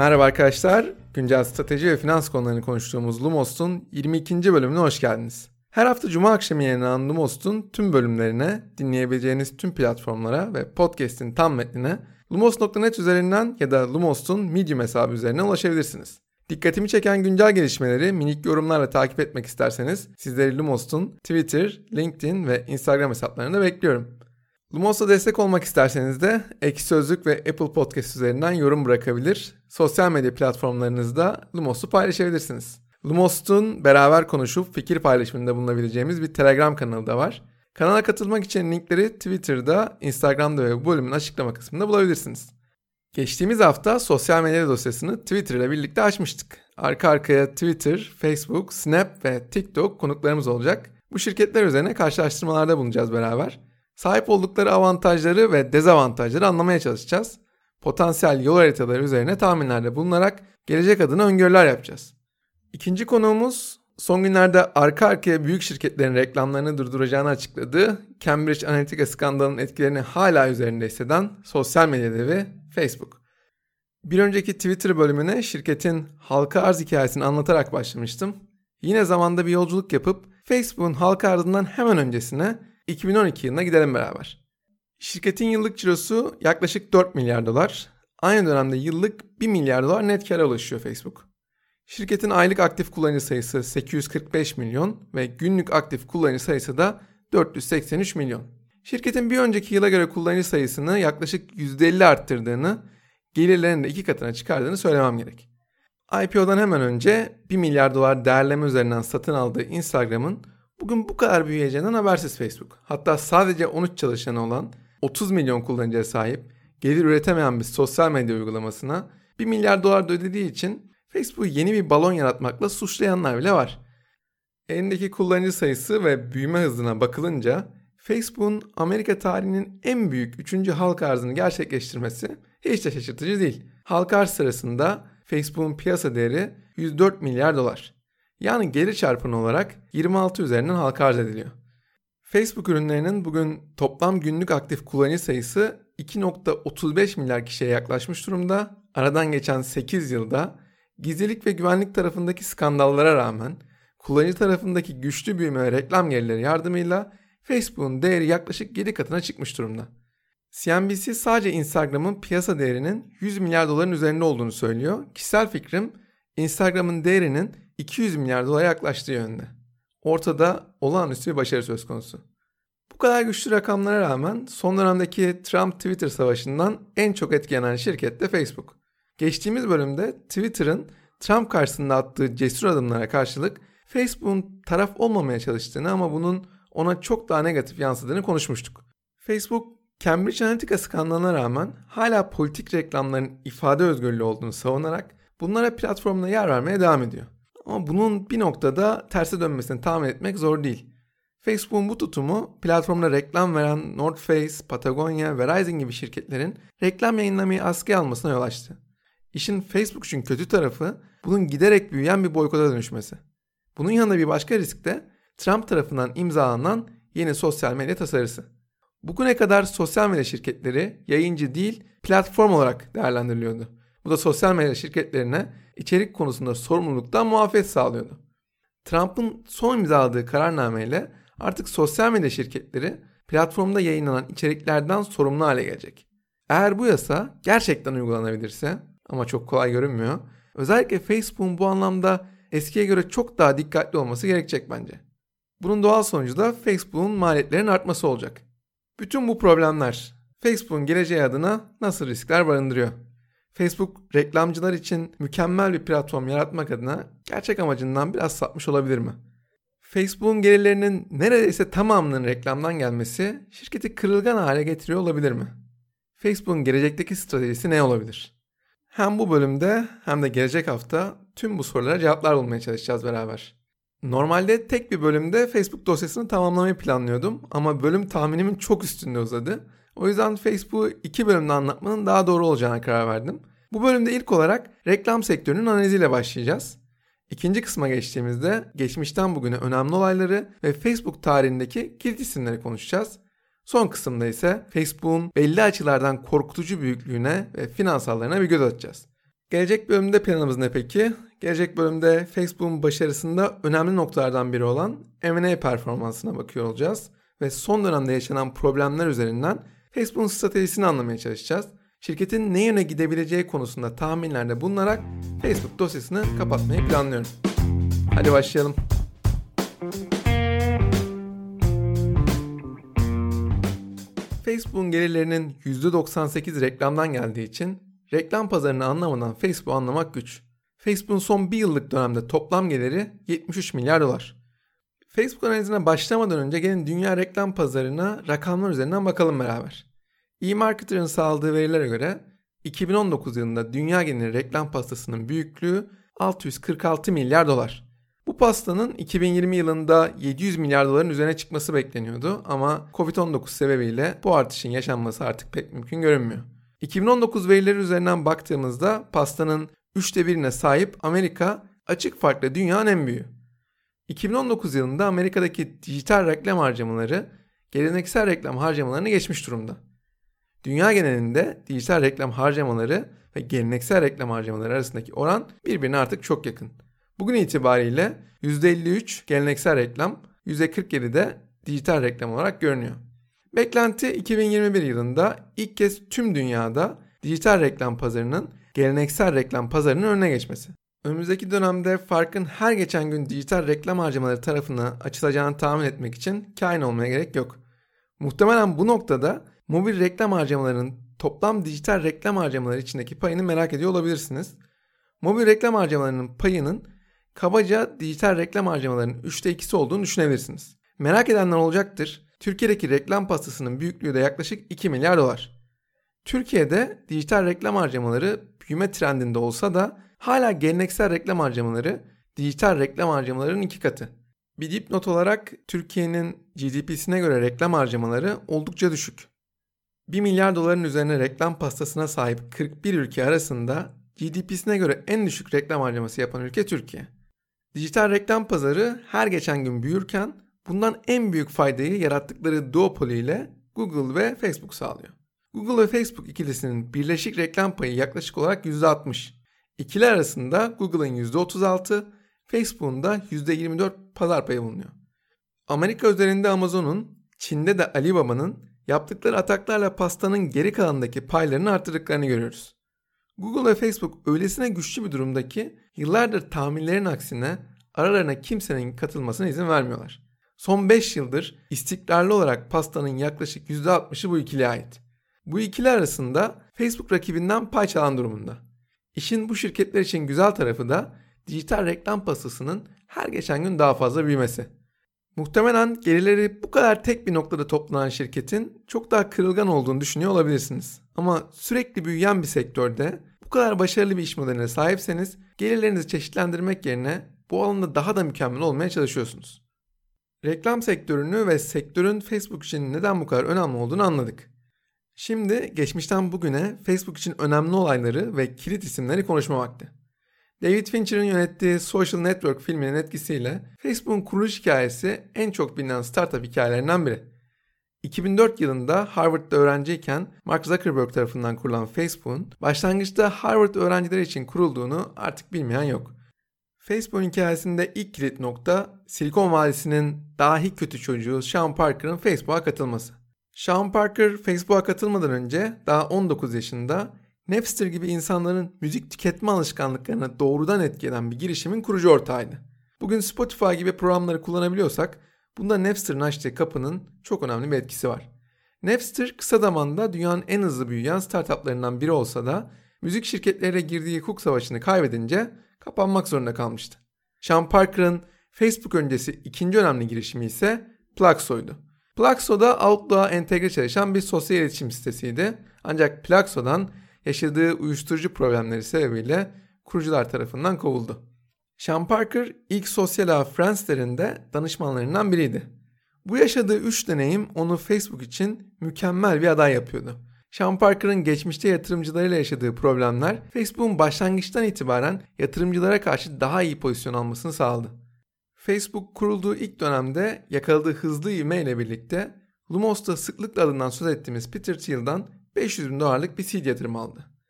Merhaba arkadaşlar, güncel strateji ve finans konularını konuştuğumuz Lumos'un 22. bölümüne hoş geldiniz. Her hafta Cuma akşamı yayınlanan Lumos'un tüm bölümlerine, dinleyebileceğiniz tüm platformlara ve podcast'in tam metnine lumos.net üzerinden ya da Lumos'un Medium hesabı üzerinden ulaşabilirsiniz. Dikkatimi çeken güncel gelişmeleri minik yorumlarla takip etmek isterseniz sizleri Lumos'un Twitter, LinkedIn ve Instagram hesaplarında bekliyorum. Lumos'a destek olmak isterseniz de Ekşi Sözlük ve Apple Podcast üzerinden yorum bırakabilir, sosyal medya platformlarınızda Lumos'u paylaşabilirsiniz. Lumos'un beraber konuşup fikir paylaşımında bulunabileceğimiz bir Telegram kanalı da var. Kanala katılmak için linkleri Twitter'da, Instagram'da ve bu bölümün açıklama kısmında bulabilirsiniz. Geçtiğimiz hafta sosyal medya dosyasını Twitter ile birlikte açmıştık. Arka arkaya Twitter, Facebook, Snap ve TikTok konuklarımız olacak. Bu şirketler üzerine karşılaştırmalarda bulunacağız beraber. Sahip oldukları avantajları ve dezavantajları anlamaya çalışacağız. Potansiyel yol haritaları üzerine tahminlerde bulunarak gelecek adına öngörüler yapacağız. İkinci konuğumuz son günlerde arka arkaya büyük şirketlerin reklamlarını durduracağını açıkladığı Cambridge Analytica skandalının etkilerini hala üzerinde hisseden sosyal medya devi Facebook. Bir önceki Twitter bölümüne şirketin halka arz hikayesini anlatarak başlamıştım. Yine zamanda bir yolculuk yapıp Facebook'un halka arzından hemen öncesine 2012 yılına gidelim beraber. Şirketin yıllık cirosu yaklaşık 4 milyar dolar. Aynı dönemde yıllık 1 milyar dolar net kâra ulaşıyor Facebook. Şirketin aylık aktif kullanıcı sayısı 845 milyon ve günlük aktif kullanıcı sayısı da 483 milyon. Şirketin bir önceki yıla göre kullanıcı sayısını yaklaşık %50 arttırdığını, gelirlerini de 2 katına çıkardığını söylemem gerek. IPO'dan hemen önce 1 milyar dolar değerleme üzerinden satın aldığı Instagram'ın bugün bu kadar büyüyeceğinden habersiz Facebook. Hatta sadece 13 çalışanı olan 30 milyon kullanıcıya sahip, gelir üretemeyen bir sosyal medya uygulamasına 1 milyar dolar da ödediği için Facebook'u yeni bir balon yaratmakla suçlayanlar bile var. Elindeki kullanıcı sayısı ve büyüme hızına bakılınca Facebook'un Amerika tarihinin en büyük 3. halka arzını gerçekleştirmesi hiç de şaşırtıcı değil. Halka arz sırasında Facebook'un piyasa değeri 104 milyar dolar. Yani geri çarpanı olarak 26 üzerinden halka arz ediliyor. Facebook ürünlerinin bugün toplam günlük aktif kullanıcı sayısı 2.35 milyar kişiye yaklaşmış durumda. Aradan geçen 8 yılda gizlilik ve güvenlik tarafındaki skandallara rağmen kullanıcı tarafındaki güçlü büyüme ve reklam gelirleri yardımıyla Facebook'un değeri yaklaşık 7 katına çıkmış durumda. CNBC sadece Instagram'ın piyasa değerinin 100 milyar doların üzerinde olduğunu söylüyor. Kişisel fikrim Instagram'ın değerinin 200 milyar dolara yaklaştığı yönde. Ortada olağanüstü bir başarı söz konusu. Bu kadar güçlü rakamlara rağmen son dönemdeki Trump-Twitter savaşından en çok etkilenen şirket de Facebook. Geçtiğimiz bölümde Twitter'ın Trump karşısında attığı cesur adımlara karşılık Facebook'un taraf olmamaya çalıştığını ama bunun ona çok daha negatif yansıdığını konuşmuştuk. Facebook, Cambridge Analytica skandalına rağmen hala politik reklamların ifade özgürlüğü olduğunu savunarak bunlara platformda yer vermeye devam ediyor. Ama bunun bir noktada terse dönmesini tahmin etmek zor değil. Facebook'un bu tutumu platformda reklam veren North Face, Patagonia, Verizon gibi şirketlerin reklam yayınlamayı askıya almasına yol açtı. İşin Facebook için kötü tarafı bunun giderek büyüyen bir boykota dönüşmesi. Bunun yanında bir başka risk de Trump tarafından imzalanan yeni sosyal medya tasarısı. Bugüne kadar sosyal medya şirketleri yayıncı değil platform olarak değerlendiriliyordu. Bu da sosyal medya şirketlerine içerik konusunda sorumluluktan muafiyet sağlıyordu. Trump'ın son imzaladığı kararnameyle artık sosyal medya şirketleri platformda yayınlanan içeriklerden sorumlu hale gelecek. Eğer bu yasa gerçekten uygulanabilirse, ama çok kolay görünmüyor, özellikle Facebook'un bu anlamda eskiye göre çok daha dikkatli olması gerekecek bence. Bunun doğal sonucu da Facebook'un maliyetlerinin artması olacak. Bütün bu problemler Facebook'un geleceği adına nasıl riskler barındırıyor? Facebook reklamcılar için mükemmel bir platform yaratmak adına gerçek amacından biraz sapmış olabilir mi? Facebook'un gelirlerinin neredeyse tamamının reklamdan gelmesi şirketi kırılgan hale getiriyor olabilir mi? Facebook'un gelecekteki stratejisi ne olabilir? Hem bu bölümde hem de gelecek hafta tüm bu sorulara cevaplar bulmaya çalışacağız beraber. Normalde tek bir bölümde Facebook dosyasını tamamlamayı planlıyordum ama bölüm tahminimin çok üstünde uzadı. O yüzden Facebook'u 2 bölümde anlatmanın daha doğru olacağına karar verdim. Bu bölümde ilk olarak reklam sektörünün analiziyle başlayacağız. İkinci kısma geçtiğimizde geçmişten bugüne önemli olayları ve Facebook tarihindeki kilit isimleri konuşacağız. Son kısımda ise Facebook'un belli açılardan korkutucu büyüklüğüne ve finansallarına bir göz atacağız. Gelecek bölümde planımız ne peki? Gelecek bölümde Facebook'un başarısında önemli noktalardan biri olan M&A performansına bakıyor olacağız. Ve son dönemde yaşanan problemler üzerinden Facebook'un stratejisini anlamaya çalışacağız. Şirketin ne yöne gidebileceği konusunda tahminlerde bulunarak Facebook dosyasını kapatmayı planlıyorum. Hadi başlayalım. Facebook'un gelirlerinin %98 reklamdan geldiği için reklam pazarını anlamadan Facebook'u anlamak güç. Facebook'un son bir yıllık dönemde toplam geliri 73 milyar dolar. Facebook analizine başlamadan önce gelin dünya reklam pazarına rakamlar üzerinden bakalım beraber. eMarketer'ın sağladığı verilere göre 2019 yılında dünya geneli reklam pastasının büyüklüğü 646 milyar dolar. Bu pastanın 2020 yılında 700 milyar doların üzerine çıkması bekleniyordu ama Covid-19 sebebiyle bu artışın yaşanması artık pek mümkün görünmüyor. 2019 verileri üzerinden baktığımızda pastanın 1/3'üne sahip Amerika açık farkla dünyanın en büyüğü. 2019 yılında Amerika'daki dijital reklam harcamaları geleneksel reklam harcamalarını geçmiş durumda. Dünya genelinde dijital reklam harcamaları ve geleneksel reklam harcamaları arasındaki oran birbirine artık çok yakın. Bugün itibariyle %53 geleneksel reklam, %47 de dijital reklam olarak görünüyor. Beklenti 2021 yılında ilk kez tüm dünyada dijital reklam pazarının geleneksel reklam pazarının önüne geçmesi. Önümüzdeki dönemde farkın her geçen gün dijital reklam harcamaları tarafına açılacağını tahmin etmek için kain olmaya gerek yok. Muhtemelen bu noktada mobil reklam harcamalarının toplam dijital reklam harcamaları içindeki payını merak ediyor olabilirsiniz. Mobil reklam harcamalarının payının kabaca dijital reklam harcamalarının 2/3 olduğunu düşünebilirsiniz. Merak edenler olacaktır. Türkiye'deki reklam pastasının büyüklüğü de yaklaşık 2 milyar dolar. Türkiye'de dijital reklam harcamaları büyüme trendinde olsa da hala geleneksel reklam harcamaları dijital reklam harcamalarının 2 katı. Bir dipnot olarak Türkiye'nin GDP'sine göre reklam harcamaları oldukça düşük. 1 milyar doların üzerine reklam pastasına sahip 41 ülke arasında GDP'sine göre en düşük reklam harcaması yapan ülke Türkiye. Dijital reklam pazarı her geçen gün büyürken bundan en büyük faydayı yarattıkları duopoli ile Google ve Facebook sağlıyor. Google ve Facebook ikilisinin birleşik reklam payı yaklaşık olarak %60. İkili arasında Google'ın %36, Facebook'un da %24 pazar payı bulunuyor. Amerika üzerinde Amazon'un, Çin'de de Alibaba'nın yaptıkları ataklarla pastanın geri kalanındaki paylarını arttırdıklarını görüyoruz. Google ve Facebook öylesine güçlü bir durumda ki yıllardır tahminlerin aksine aralarına kimsenin katılmasına izin vermiyorlar. Son 5 yıldır istikrarlı olarak pastanın yaklaşık %60'ı bu ikiliye ait. Bu ikili arasında Facebook rakibinden pay çalan durumunda. İşin bu şirketler için güzel tarafı da dijital reklam pastasının her geçen gün daha fazla büyümesi. Muhtemelen gelirleri bu kadar tek bir noktada toplanan şirketin çok daha kırılgan olduğunu düşünüyor olabilirsiniz. Ama sürekli büyüyen bir sektörde bu kadar başarılı bir iş modeline sahipseniz gelirlerinizi çeşitlendirmek yerine bu alanda daha da mükemmel olmaya çalışıyorsunuz. Reklam sektörünü ve sektörün Facebook için neden bu kadar önemli olduğunu anladık. Şimdi geçmişten bugüne Facebook için önemli olayları ve kilit isimleri konuşma vakti. David Fincher'ın yönettiği Social Network filminin etkisiyle Facebook'un kuruluş hikayesi en çok bilinen startup hikayelerinden biri. 2004 yılında Harvard'da öğrenciyken Mark Zuckerberg tarafından kurulan Facebook'un başlangıçta Harvard öğrencileri için kurulduğunu artık bilmeyen yok. Facebook'un hikayesinde ilk kilit nokta Silikon Vadisi'nin dahi kötü çocuğu Sean Parker'ın Facebook'a katılması. Sean Parker Facebook'a katılmadan önce daha 19 yaşında Napster gibi insanların müzik tüketme alışkanlıklarına doğrudan etki eden bir girişimin kurucu ortağıydı. Bugün Spotify gibi programları kullanabiliyorsak bunda Napster'ın açtığı kapının çok önemli bir etkisi var. Napster kısa zamanda dünyanın en hızlı büyüyen startuplarından biri olsa da müzik şirketleriyle girdiği hukuk savaşını kaybedince kapanmak zorunda kalmıştı. Sean Parker'ın Facebook öncesi ikinci önemli girişimi ise Plugso'ydu. Plugso da Outlook'a entegre çalışan bir sosyal iletişim sitesiydi. Ancak Plugso'dan yaşadığı uyuşturucu problemleri sebebiyle kurucular tarafından kovuldu. Sean Parker ilk sosyal ağ Friends'lerin de danışmanlarından biriydi. Bu yaşadığı 3 deneyim onu Facebook için mükemmel bir aday yapıyordu. Sean Parker'ın geçmişte yatırımcılarıyla yaşadığı problemler Facebook'un başlangıçtan itibaren yatırımcılara karşı daha iyi pozisyon almasını sağladı. Facebook kurulduğu ilk dönemde yakaladığı hızlı ivme ile birlikte Lumos'ta sıklıkla adından söz ettiğimiz Peter Thiel'dan $500,000 bir seed yatırım aldı.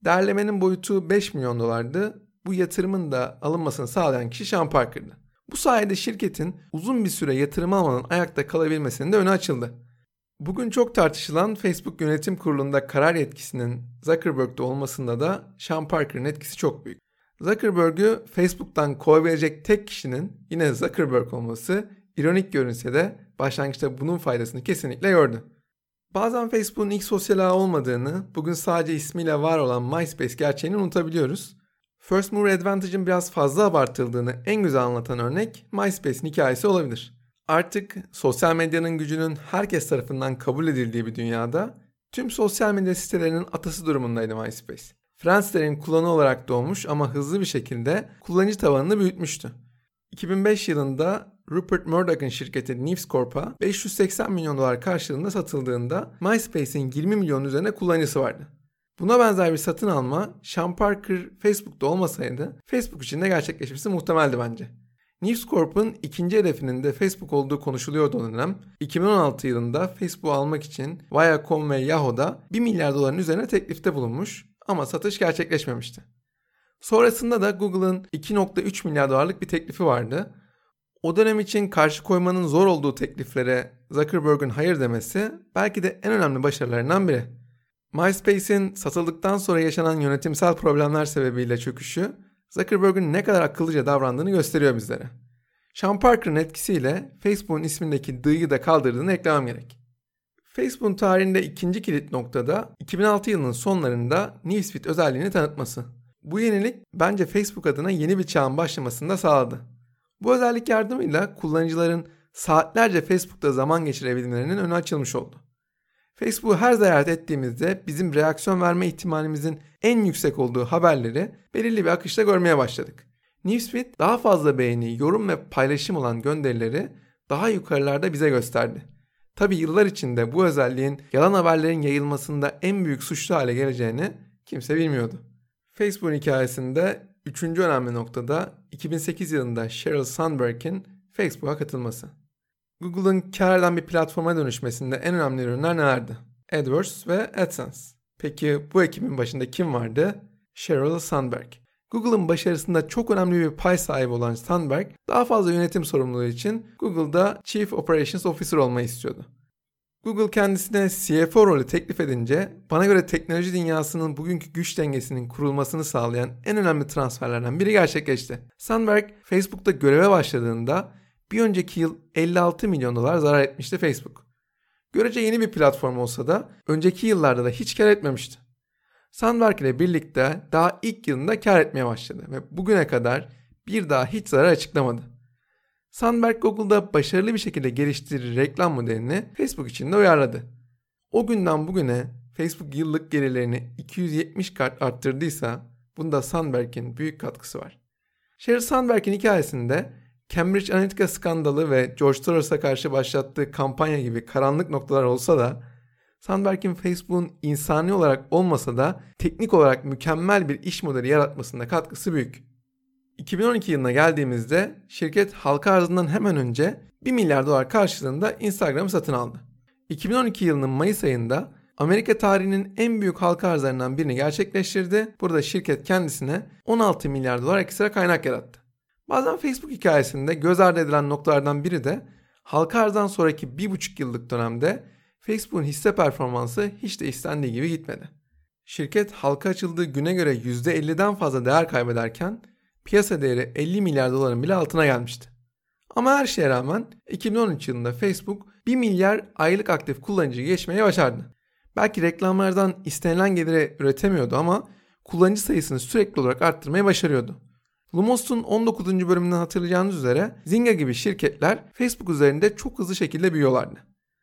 Derlemenin boyutu 5 milyon dolardı. Bu yatırımın da alınmasını sağlayan kişi Sean Parker'dı. Bu sayede şirketin uzun bir süre yatırım almadan ayakta kalabilmesinin de önü açıldı. Bugün çok tartışılan Facebook Yönetim Kurulu'nda karar yetkisinin Zuckerberg'de olmasında da Sean Parker'ın etkisi çok büyük. Zuckerberg'ü Facebook'tan kovabilecek tek kişinin yine Zuckerberg olması ironik görünse de başlangıçta bunun faydasını kesinlikle gördü. Bazen Facebook'un ilk sosyal ağ olmadığını, bugün sadece ismiyle var olan MySpace gerçeğini unutabiliyoruz. First Mover Advantage'ın biraz fazla abartıldığını en güzel anlatan örnek MySpace'in hikayesi olabilir. Artık sosyal medyanın gücünün herkes tarafından kabul edildiği bir dünyada tüm sosyal medya sitelerinin atası durumundaydı MySpace. Friendster'in kullanı olarak doğmuş ama hızlı bir şekilde kullanıcı tabanını büyütmüştü. 2005 yılında Rupert Murdoch'ın şirketi News Corp'a 580 milyon dolar karşılığında satıldığında MySpace'in 20 milyon üzerine kullanıcısı vardı. Buna benzer bir satın alma Sean Parker Facebook'ta olmasaydı Facebook için de gerçekleşmesi muhtemeldi bence. News Corp'un ikinci hedefinin de Facebook olduğu konuşuluyordu o dönem. 2016 yılında Facebook'u almak için Viacom ve Yahoo'da 1 milyar doların üzerine teklifte bulunmuş ama satış gerçekleşmemişti. Sonrasında da Google'ın 2.3 milyar dolarlık bir teklifi vardı. O dönem için karşı koymanın zor olduğu tekliflere Zuckerberg'ün hayır demesi belki de en önemli başarılarından biri. MySpace'in satıldıktan sonra yaşanan yönetimsel problemler sebebiyle çöküşü Zuckerberg'ün ne kadar akıllıca davrandığını gösteriyor bizlere. Sean Parker'ın etkisiyle Facebook'un ismindeki D'yi de kaldırdığını eklemem gerek. Facebook'un tarihinde ikinci kilit noktada 2006 yılının sonlarında Newsfeed özelliğini tanıtması. Bu yenilik bence Facebook adına yeni bir çağın başlamasını da sağladı. Bu özellik yardımıyla kullanıcıların saatlerce Facebook'ta zaman geçirebilmelerinin önü açılmış oldu. Facebook'u her ziyaret ettiğimizde bizim reaksiyon verme ihtimalimizin en yüksek olduğu haberleri belirli bir akışta görmeye başladık. Newsfeed daha fazla beğeni, yorum ve paylaşım olan gönderileri daha yukarılarda bize gösterdi. Tabi yıllar içinde bu özelliğin yalan haberlerin yayılmasında en büyük suçlu hale geleceğini kimse bilmiyordu. Facebook'un hikayesinde üçüncü önemli noktada 2008 yılında Sheryl Sandberg'in Facebook'a katılması. Google'ın kâr eden bir platforma dönüşmesinde en önemli ürünler nelerdi? AdWords ve AdSense. Peki bu ekibin başında kim vardı? Sheryl Sandberg. Google'ın başarısında çok önemli bir pay sahibi olan Sandberg, daha fazla yönetim sorumluluğu için Google'da Chief Operations Officer olmayı istiyordu. Google kendisine CFO rolü teklif edince bana göre teknoloji dünyasının bugünkü güç dengesinin kurulmasını sağlayan en önemli transferlerden biri gerçekleşti. Sandberg, Facebook'ta göreve başladığında bir önceki yıl 56 milyon dolar zarar etmişti Facebook. Görece yeni bir platform olsa da önceki yıllarda da hiç kar etmemişti. Sandberg ile birlikte daha ilk yılında kar etmeye başladı ve bugüne kadar bir daha hiç zarar açıklamadı. Sandberg Google'da başarılı bir şekilde geliştirdiği reklam modelini Facebook için de uyarladı. O günden bugüne Facebook yıllık gelirlerini 270 kat arttırdıysa bunda Sandberg'in büyük katkısı var. Sheryl Sandberg'in hikayesinde Cambridge Analytica skandalı ve George Soros'a karşı başlattığı kampanya gibi karanlık noktalar olsa da Sandberg'in Facebook'un insani olarak olmasa da teknik olarak mükemmel bir iş modeli yaratmasında katkısı büyük. 2012 yılına geldiğimizde şirket halka arzından hemen önce 1 milyar dolar karşılığında Instagram'ı satın aldı. 2012 yılının Mayıs ayında Amerika tarihinin en büyük halka arzlarından birini gerçekleştirdi. Burada şirket kendisine 16 milyar dolar ekstra kaynak yarattı. Bazen Facebook hikayesinde göz ardı edilen noktalardan biri de halka arzdan sonraki 1,5 yıllık dönemde Facebook'un hisse performansı hiç de istendiği gibi gitmedi. Şirket halka açıldığı güne göre %50'den fazla değer kaybederken piyasa değeri 50 milyar doların bile altına gelmişti. Ama her şeye rağmen 2013 yılında Facebook 1 milyar aylık aktif kullanıcıyı geçmeyi başardı. Belki reklamlardan istenilen geliri üretemiyordu ama kullanıcı sayısını sürekli olarak arttırmayı başarıyordu. Lumos'un 19. bölümünden hatırlayacağınız üzere Zynga gibi şirketler Facebook üzerinde çok hızlı şekilde büyüyorlardı.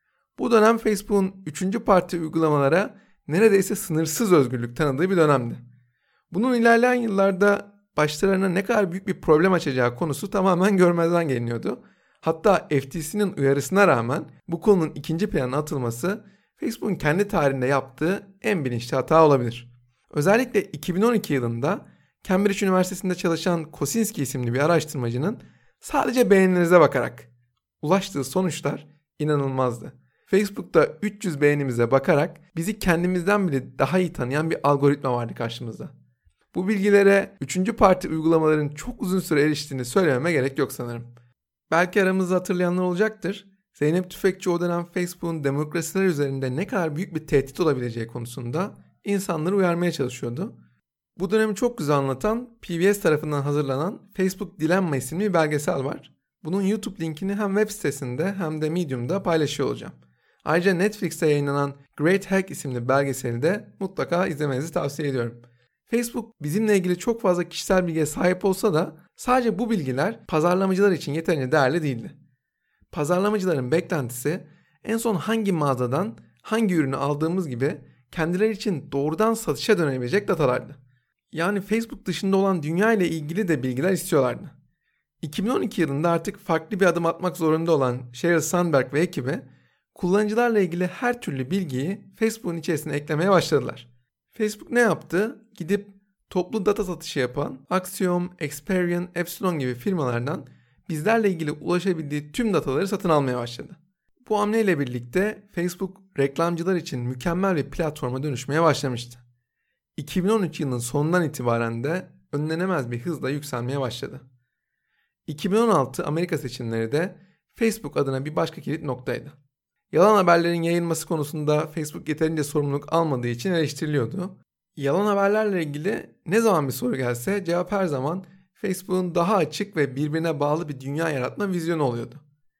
Bu dönem Facebook'un 3. parti uygulamalara neredeyse sınırsız özgürlük tanıdığı bir dönemdi. Bunun ilerleyen yıllarda başlarına ne kadar büyük bir problem açacağı konusu tamamen görmezden geliniyordu. Hatta FTC'nin uyarısına rağmen bu konunun ikinci plana atılması Facebook'un kendi tarihinde yaptığı en bilinçli hata olabilir. Özellikle 2012 yılında Cambridge Üniversitesi'nde çalışan Kosinski isimli bir araştırmacının sadece beğenilerinize bakarak ulaştığı sonuçlar inanılmazdı. Facebook'ta 300 beğenimize bakarak bizi kendimizden bile daha iyi tanıyan bir algoritma vardı karşımızda. Bu bilgilere 3. parti uygulamaların çok uzun süre eriştiğini söylememe gerek yok sanırım. Belki aramızda hatırlayanlar olacaktır. Zeynep Tüfekçi o dönem Facebook'un demokrasiler üzerinde ne kadar büyük bir tehdit olabileceği konusunda insanları uyarmaya çalışıyordu. Bu dönemi çok güzel anlatan PBS tarafından hazırlanan Facebook Dilemma isimli bir belgesel var. Bunun YouTube linkini hem web sitesinde hem de Medium'da paylaşıyor olacağım. Ayrıca Netflix'te yayınlanan Great Hack isimli belgeseli de mutlaka izlemenizi tavsiye ediyorum. Facebook bizimle ilgili çok fazla kişisel bilgiye sahip olsa da sadece bu bilgiler pazarlamacılar için yeterince değerli değildi. Pazarlamacıların beklentisi en son hangi mağazadan hangi ürünü aldığımız gibi kendileri için doğrudan satışa dönebilecek datalardı. Yani Facebook dışında olan dünya ile ilgili de bilgiler istiyorlardı. 2012 yılında artık farklı bir adım atmak zorunda olan Sheryl Sandberg ve ekibi kullanıcılarla ilgili her türlü bilgiyi Facebook'un içerisine eklemeye başladılar. Facebook ne yaptı? Gidip toplu data satışı yapan Axiom, Experian, Epsilon gibi firmalardan bizlerle ilgili ulaşabildiği tüm dataları satın almaya başladı. Bu hamleyle birlikte Facebook reklamcılar için mükemmel bir platforma dönüşmeye başlamıştı. 2013 yılının sonundan itibaren de önlenemez bir hızla yükselmeye başladı. 2016 Amerika seçimleri de Facebook adına bir başka kilit noktaydı. Yalan haberlerin yayılması konusunda Facebook yeterince sorumluluk almadığı için eleştiriliyordu. Yalan haberlerle ilgili ne zaman bir soru gelse cevap her zaman Facebook'un daha açık ve birbirine bağlı bir dünya yaratma vizyonu oluyordu.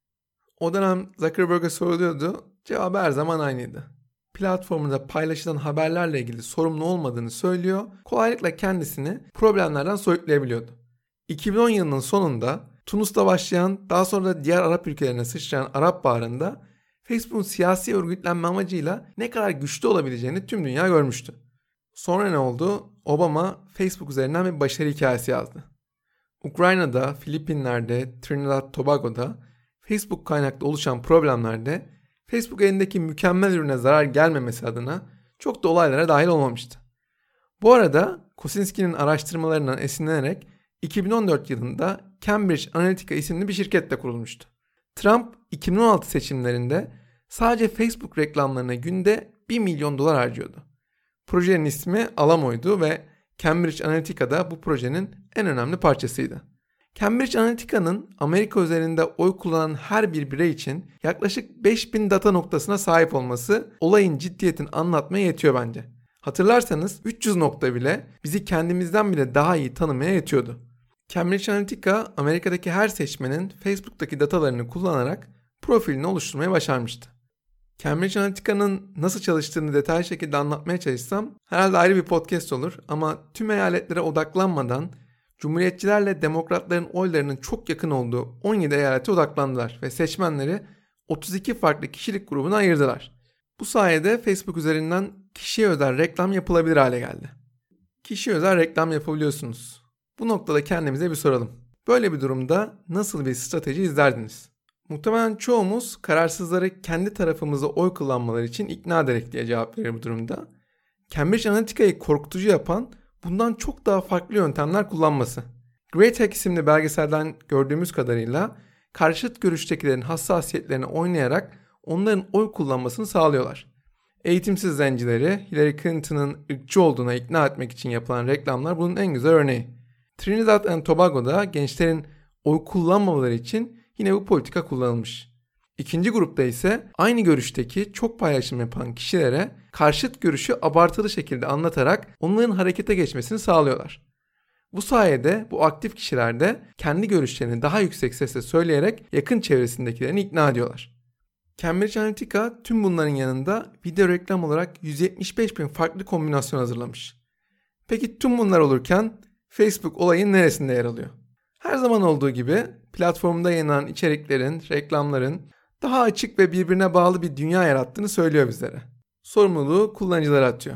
O dönem Zuckerberg'e soruluyordu, cevabı her zaman aynıydı. Platformunda paylaşılan haberlerle ilgili sorumlu olmadığını söylüyor, kolaylıkla kendisini problemlerden soyutlayabiliyordu. 2010 yılının sonunda Tunus'ta başlayan, daha sonra da diğer Arap ülkelerine sıçrayan Arap Baharı'nda Facebook'un siyasi örgütlenme amacıyla ne kadar güçlü olabileceğini tüm dünya görmüştü. Sonra ne oldu? Obama Facebook üzerinden bir başarı hikayesi yazdı. Ukrayna'da, Filipinler'de, Trinidad Tobago'da Facebook kaynaklı oluşan problemlerde Facebook elindeki mükemmel ürüne zarar gelmemesi adına çok da olaylara dahil olmamıştı. Bu arada Kosinski'nin araştırmalarından esinlenerek 2014 yılında Cambridge Analytica isimli bir şirket de kurulmuştu. Trump 2016 seçimlerinde sadece Facebook reklamlarına günde $1 milyon harcıyordu. Projenin ismi Alamo'ydu ve Cambridge Analytica da bu projenin en önemli parçasıydı. Cambridge Analytica'nın Amerika üzerinde oy kullanan her bir birey için yaklaşık 5000 data noktasına sahip olması olayın ciddiyetini anlatmaya yetiyor bence. Hatırlarsanız 300 nokta bile bizi kendimizden bile daha iyi tanımaya yetiyordu. Cambridge Analytica Amerika'daki her seçmenin Facebook'taki datalarını kullanarak profilini oluşturmaya başarmıştı. Cambridge Analytica'nın nasıl çalıştığını detaylı şekilde anlatmaya çalışsam herhalde ayrı bir podcast olur ama tüm eyaletlere odaklanmadan Cumhuriyetçilerle Demokratların oylarının çok yakın olduğu 17 eyalete odaklandılar ve seçmenleri 32 farklı kişilik grubuna ayırdılar. Bu sayede Facebook üzerinden kişiye özel reklam yapılabilir hale geldi. Kişiye özel reklam yapabiliyorsunuz. Bu noktada kendimize bir soralım. Böyle bir durumda nasıl bir strateji izlerdiniz? Muhtemelen çoğumuz kararsızları kendi tarafımıza oy kullanmaları için ikna ederek diye cevap verir bu durumda. Cambridge Analytica'yı korkutucu yapan bundan çok daha farklı yöntemler kullanması. Great Hack isimli belgeselden gördüğümüz kadarıyla karşıt görüştekilerin hassasiyetlerini oynayarak onların oy kullanmasını sağlıyorlar. Eğitimsiz zencileri Hillary Clinton'ın ırkçı olduğuna ikna etmek için yapılan reklamlar bunun en güzel örneği. Trinidad and Tobago'da gençlerin oy kullanmamaları için yine bu politika kullanılmış. İkinci grupta ise aynı görüşteki çok paylaşım yapan kişilere karşıt görüşü abartılı şekilde anlatarak onların harekete geçmesini sağlıyorlar. Bu sayede bu aktif kişiler de kendi görüşlerini daha yüksek sesle söyleyerek yakın çevresindekilerini ikna ediyorlar. Cambridge Analytica tüm bunların yanında video reklam olarak 175.000 farklı kombinasyon hazırlamış. Peki tüm bunlar olurken Facebook olayın neresinde yer alıyor? Her zaman olduğu gibi platformda yayınlanan içeriklerin, reklamların daha açık ve birbirine bağlı bir dünya yarattığını söylüyor bizlere. Sorumluluğu kullanıcılara atıyor.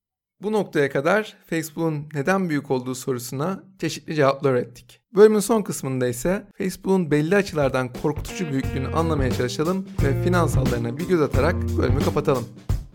Bu noktaya kadar Facebook'un neden büyük olduğu sorusuna çeşitli cevaplar ürettik. Bölümün son kısmında ise Facebook'un belli açılardan korkutucu büyüklüğünü anlamaya çalışalım ve finansallarına bir göz atarak bölümü kapatalım.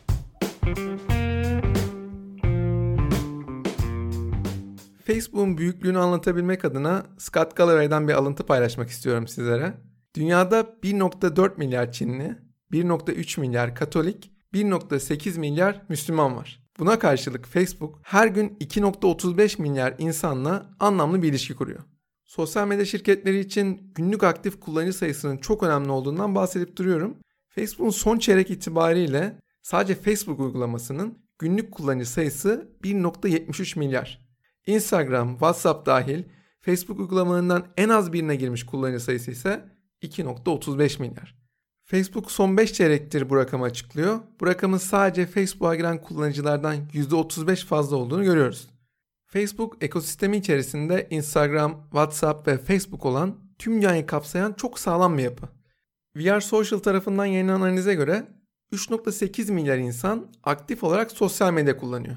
Facebook'un büyüklüğünü anlatabilmek adına Scott Galloway'den bir alıntı paylaşmak istiyorum sizlere. Dünyada 1.4 milyar Çinli, 1.3 milyar Katolik, 1.8 milyar Müslüman var. Buna karşılık Facebook her gün 2.35 milyar insanla anlamlı bir ilişki kuruyor. Sosyal medya şirketleri için günlük aktif kullanıcı sayısının çok önemli olduğundan bahsedip duruyorum. Facebook'un son çeyrek itibariyle sadece Facebook uygulamasının günlük kullanıcı sayısı 1.73 milyar. Instagram, WhatsApp dahil Facebook uygulamalarından en az birine girmiş kullanıcı sayısı ise 2.35 milyar. Facebook son 5 çeyrektir bu rakamı açıklıyor. Bu rakamın sadece Facebook'a giren kullanıcılardan %35 fazla olduğunu görüyoruz. Facebook ekosistemi içerisinde Instagram, WhatsApp ve Facebook olan tüm dünyayı kapsayan çok sağlam bir yapı. VR Social tarafından yayınlanan analize göre 3.8 milyar insan aktif olarak sosyal medya kullanıyor.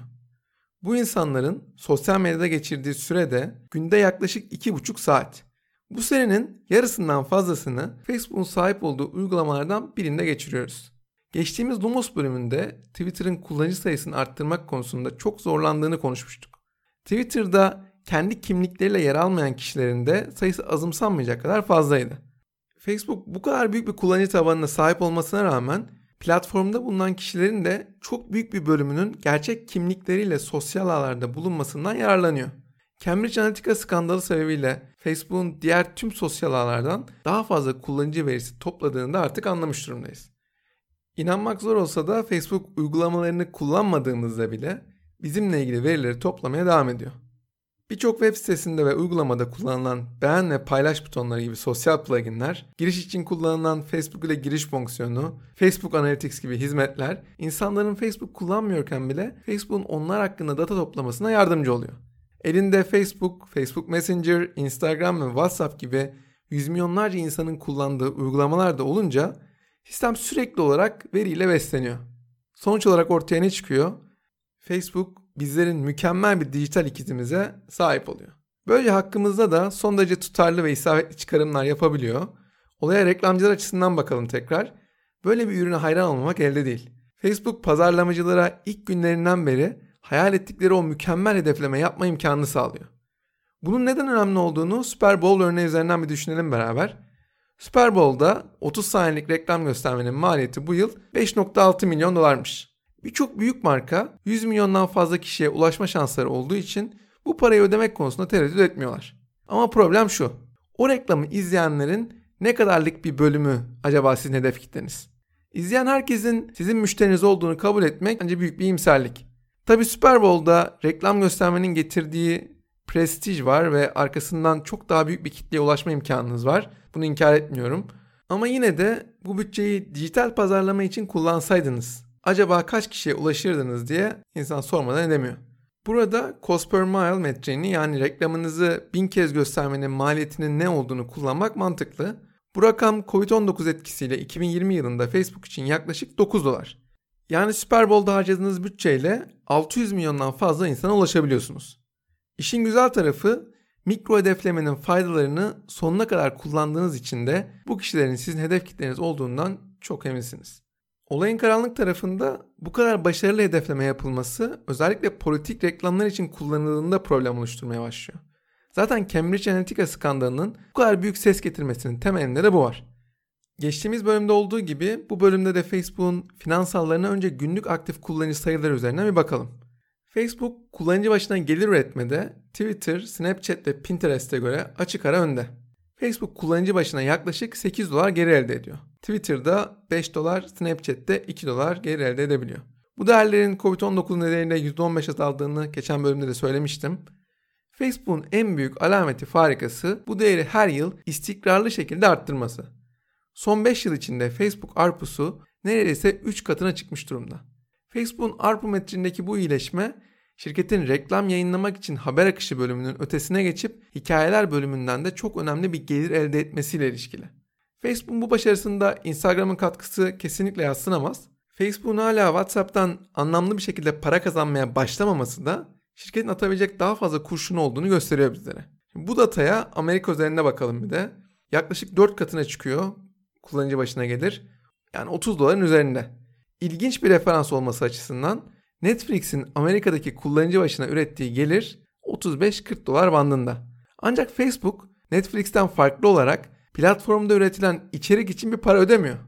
Bu insanların sosyal medyada geçirdiği sürede günde yaklaşık 2,5 saat. Bu sürenin yarısından fazlasını Facebook'un sahip olduğu uygulamalardan birinde geçiriyoruz. Geçtiğimiz Lumos bölümünde Twitter'ın kullanıcı sayısını arttırmak konusunda çok zorlandığını konuşmuştuk. Twitter'da kendi kimlikleriyle yer almayan kişilerin de sayısı azımsanmayacak kadar fazlaydı. Facebook bu kadar büyük bir kullanıcı tabanına sahip olmasına rağmen platformda bulunan kişilerin de çok büyük bir bölümünün gerçek kimlikleriyle sosyal ağlarda bulunmasından yararlanıyor. Cambridge Analytica skandalı sebebiyle Facebook'un diğer tüm sosyal ağlardan daha fazla kullanıcı verisi topladığını da artık anlamış durumdayız. İnanmak zor olsa da Facebook uygulamalarını kullanmadığımızda bile bizimle ilgili verileri toplamaya devam ediyor. Birçok web sitesinde ve uygulamada kullanılan beğen ve paylaş butonları gibi sosyal pluginler, giriş için kullanılan Facebook ile giriş fonksiyonu, Facebook Analytics gibi hizmetler, insanların Facebook kullanmıyorken bile Facebook'un onlar hakkında data toplamasına yardımcı oluyor. Elinde Facebook, Facebook Messenger, Instagram ve WhatsApp gibi yüz milyonlarca insanın kullandığı uygulamalar da olunca sistem sürekli olarak veriyle besleniyor. Sonuç olarak ortaya ne çıkıyor? Facebook bizlerin mükemmel bir dijital ikizimize sahip oluyor. Böylece hakkımızda da son derece tutarlı ve isabetli çıkarımlar yapabiliyor. Olaya reklamcılar açısından bakalım tekrar. Böyle bir ürüne hayran olmamak elde değil. Facebook pazarlamacılara ilk günlerinden beri hayal ettikleri o mükemmel hedefleme yapma imkanını sağlıyor. Bunun neden önemli olduğunu Super Bowl örneği üzerinden bir düşünelim beraber. Super Bowl'da 30 saniyelik reklam göstermenin maliyeti bu yıl 5.6 milyon dolarmış. Birçok büyük marka 100 milyondan fazla kişiye ulaşma şansları olduğu için bu parayı ödemek konusunda tereddüt etmiyorlar. Ama problem şu: o reklamı izleyenlerin ne kadarlık bir bölümü acaba sizin hedef kitleniz? İzleyen herkesin sizin müşteriniz olduğunu kabul etmek bence büyük bir iyimserlik. Tabii Super Bowl'da reklam göstermenin getirdiği prestij var ve arkasından çok daha büyük bir kitleye ulaşma imkanınız var. Bunu inkar etmiyorum. Ama yine de bu bütçeyi dijital pazarlama için kullansaydınız acaba kaç kişiye ulaşırdınız diye insan sormadan edemiyor. Burada cost per mile metriğini, yani reklamınızı 1000 kez göstermenin maliyetinin ne olduğunu kullanmak mantıklı. Bu rakam Covid-19 etkisiyle 2020 yılında Facebook için yaklaşık 9 dolar. Yani Super Bowl'da harcadığınız bütçeyle 600 milyondan fazla insana ulaşabiliyorsunuz. İşin güzel tarafı, mikro hedeflemenin faydalarını sonuna kadar kullandığınız için de bu kişilerin sizin hedef kitleniz olduğundan çok eminsiniz. Olayın karanlık tarafında bu kadar başarılı hedefleme yapılması özellikle politik reklamlar için kullanıldığında problem oluşturmaya başlıyor. Zaten Cambridge Analytica skandalının bu kadar büyük ses getirmesinin temelinde de bu var. Geçtiğimiz bölümde olduğu gibi bu bölümde de Facebook'un finansallarına önce günlük aktif kullanıcı sayıları üzerinden bir bakalım. Facebook kullanıcı başına gelir üretmede Twitter, Snapchat ve Pinterest'e göre açık ara önde. Facebook kullanıcı başına yaklaşık 8 dolar geri elde ediyor. Twitter'da 5 dolar, Snapchat'te 2 dolar geri elde edebiliyor. Bu değerlerin Covid-19 nedeniyle %15 azaldığını geçen bölümde de söylemiştim. Facebook'un en büyük alameti farikası bu değeri her yıl istikrarlı şekilde arttırması. Son 5 yıl içinde Facebook ARPU'su neredeyse 3 katına çıkmış durumda. Facebook'un ARPU metriğindeki bu iyileşme, şirketin reklam yayınlamak için haber akışı bölümünün ötesine geçip hikayeler bölümünden de çok önemli bir gelir elde etmesiyle ilişkili. Facebook'un bu başarısında Instagram'ın katkısı kesinlikle yadsınamaz. Facebook'un hala WhatsApp'tan anlamlı bir şekilde para kazanmaya başlamaması da şirketin atabilecek daha fazla kurşun olduğunu gösteriyor bizlere. Şimdi bu dataya Amerika üzerinde bakalım bir de. Yaklaşık 4 katına çıkıyor kullanıcı başına gelir. Yani 30 doların üzerinde. İlginç bir referans olması açısından Netflix'in Amerika'daki kullanıcı başına ürettiği gelir 35-40 dolar bandında. Ancak Facebook Netflix'ten farklı olarak platformda üretilen içerik için bir para ödemiyor.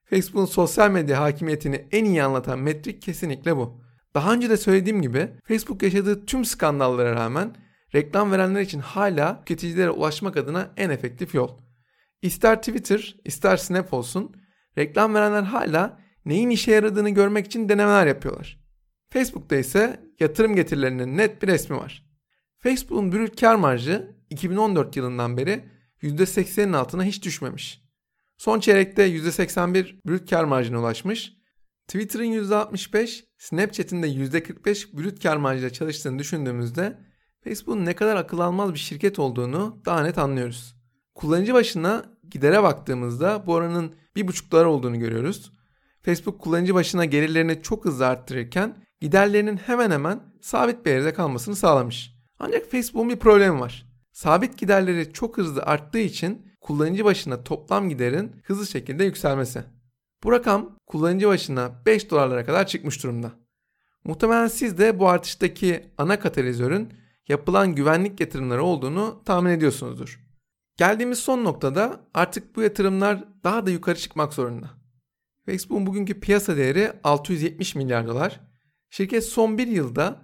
Facebook'un sosyal medya hakimiyetini en iyi anlatan metrik kesinlikle bu. Daha önce de söylediğim gibi Facebook yaşadığı tüm skandallara rağmen reklam verenler için hala tüketicilere ulaşmak adına en efektif yol. İster Twitter, ister Snap olsun, reklam verenler hala neyin işe yaradığını görmek için denemeler yapıyorlar. Facebook'ta ise yatırım getirilerinin net bir resmi var. Facebook'un brüt kar marjı 2014 yılından beri %80'in altına hiç düşmemiş. Son çeyrekte %81 brüt kar marjına ulaşmış. Twitter'ın %65, Snapchat'in de %45 brüt kar marjıyla çalıştığını düşündüğümüzde Facebook'un ne kadar akıl almaz bir şirket olduğunu daha net anlıyoruz. Kullanıcı başına gidere baktığımızda bu oranın 1,5 dolar olduğunu görüyoruz. Facebook kullanıcı başına gelirlerini çok hızlı arttırırken giderlerinin hemen hemen sabit bir yerde kalmasını sağlamış. Ancak Facebook'un bir problemi var. Sabit giderleri çok hızlı arttığı için kullanıcı başına toplam giderin hızlı şekilde yükselmesi. Bu rakam kullanıcı başına 5 dolarlara kadar çıkmış durumda. Muhtemelen siz de bu artıştaki ana katalizörün yapılan güvenlik yatırımları olduğunu tahmin ediyorsunuzdur. Geldiğimiz son noktada artık bu yatırımlar daha da yukarı çıkmak zorunda. Facebook'un bugünkü piyasa değeri 670 milyar dolar. Şirket son bir yılda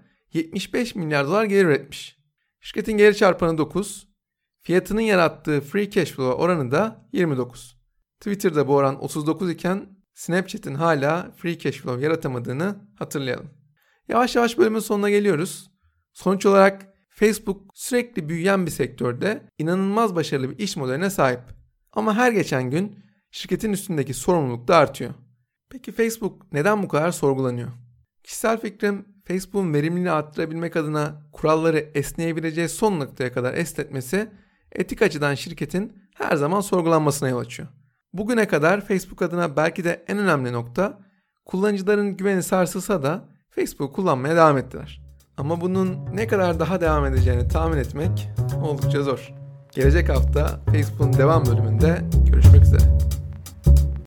75 milyar dolar gelir üretmiş. Şirketin gelir çarpanı 9. Fiyatının yarattığı free cash flow oranı da 29. Twitter'da bu oran 39 iken Snapchat'in hala free cash flow yaratamadığını hatırlayalım. Yavaş yavaş bölümün sonuna geliyoruz. Sonuç olarak Facebook sürekli büyüyen bir sektörde inanılmaz başarılı bir iş modeline sahip. Ama her geçen gün şirketin üstündeki sorumluluk da artıyor. Peki Facebook neden bu kadar sorgulanıyor? Kişisel fikrim Facebook'un verimliliğini arttırabilmek adına kuralları esneyebileceği son noktaya kadar esnetmesi etik açıdan şirketin her zaman sorgulanmasına yol açıyor. Bugüne kadar Facebook adına belki de en önemli nokta kullanıcıların güveni sarsılsa da Facebook kullanmaya devam ettiler. Ama bunun ne kadar daha devam edeceğini tahmin etmek oldukça zor. Gelecek hafta Facebook'un devam bölümünde görüşmek üzere.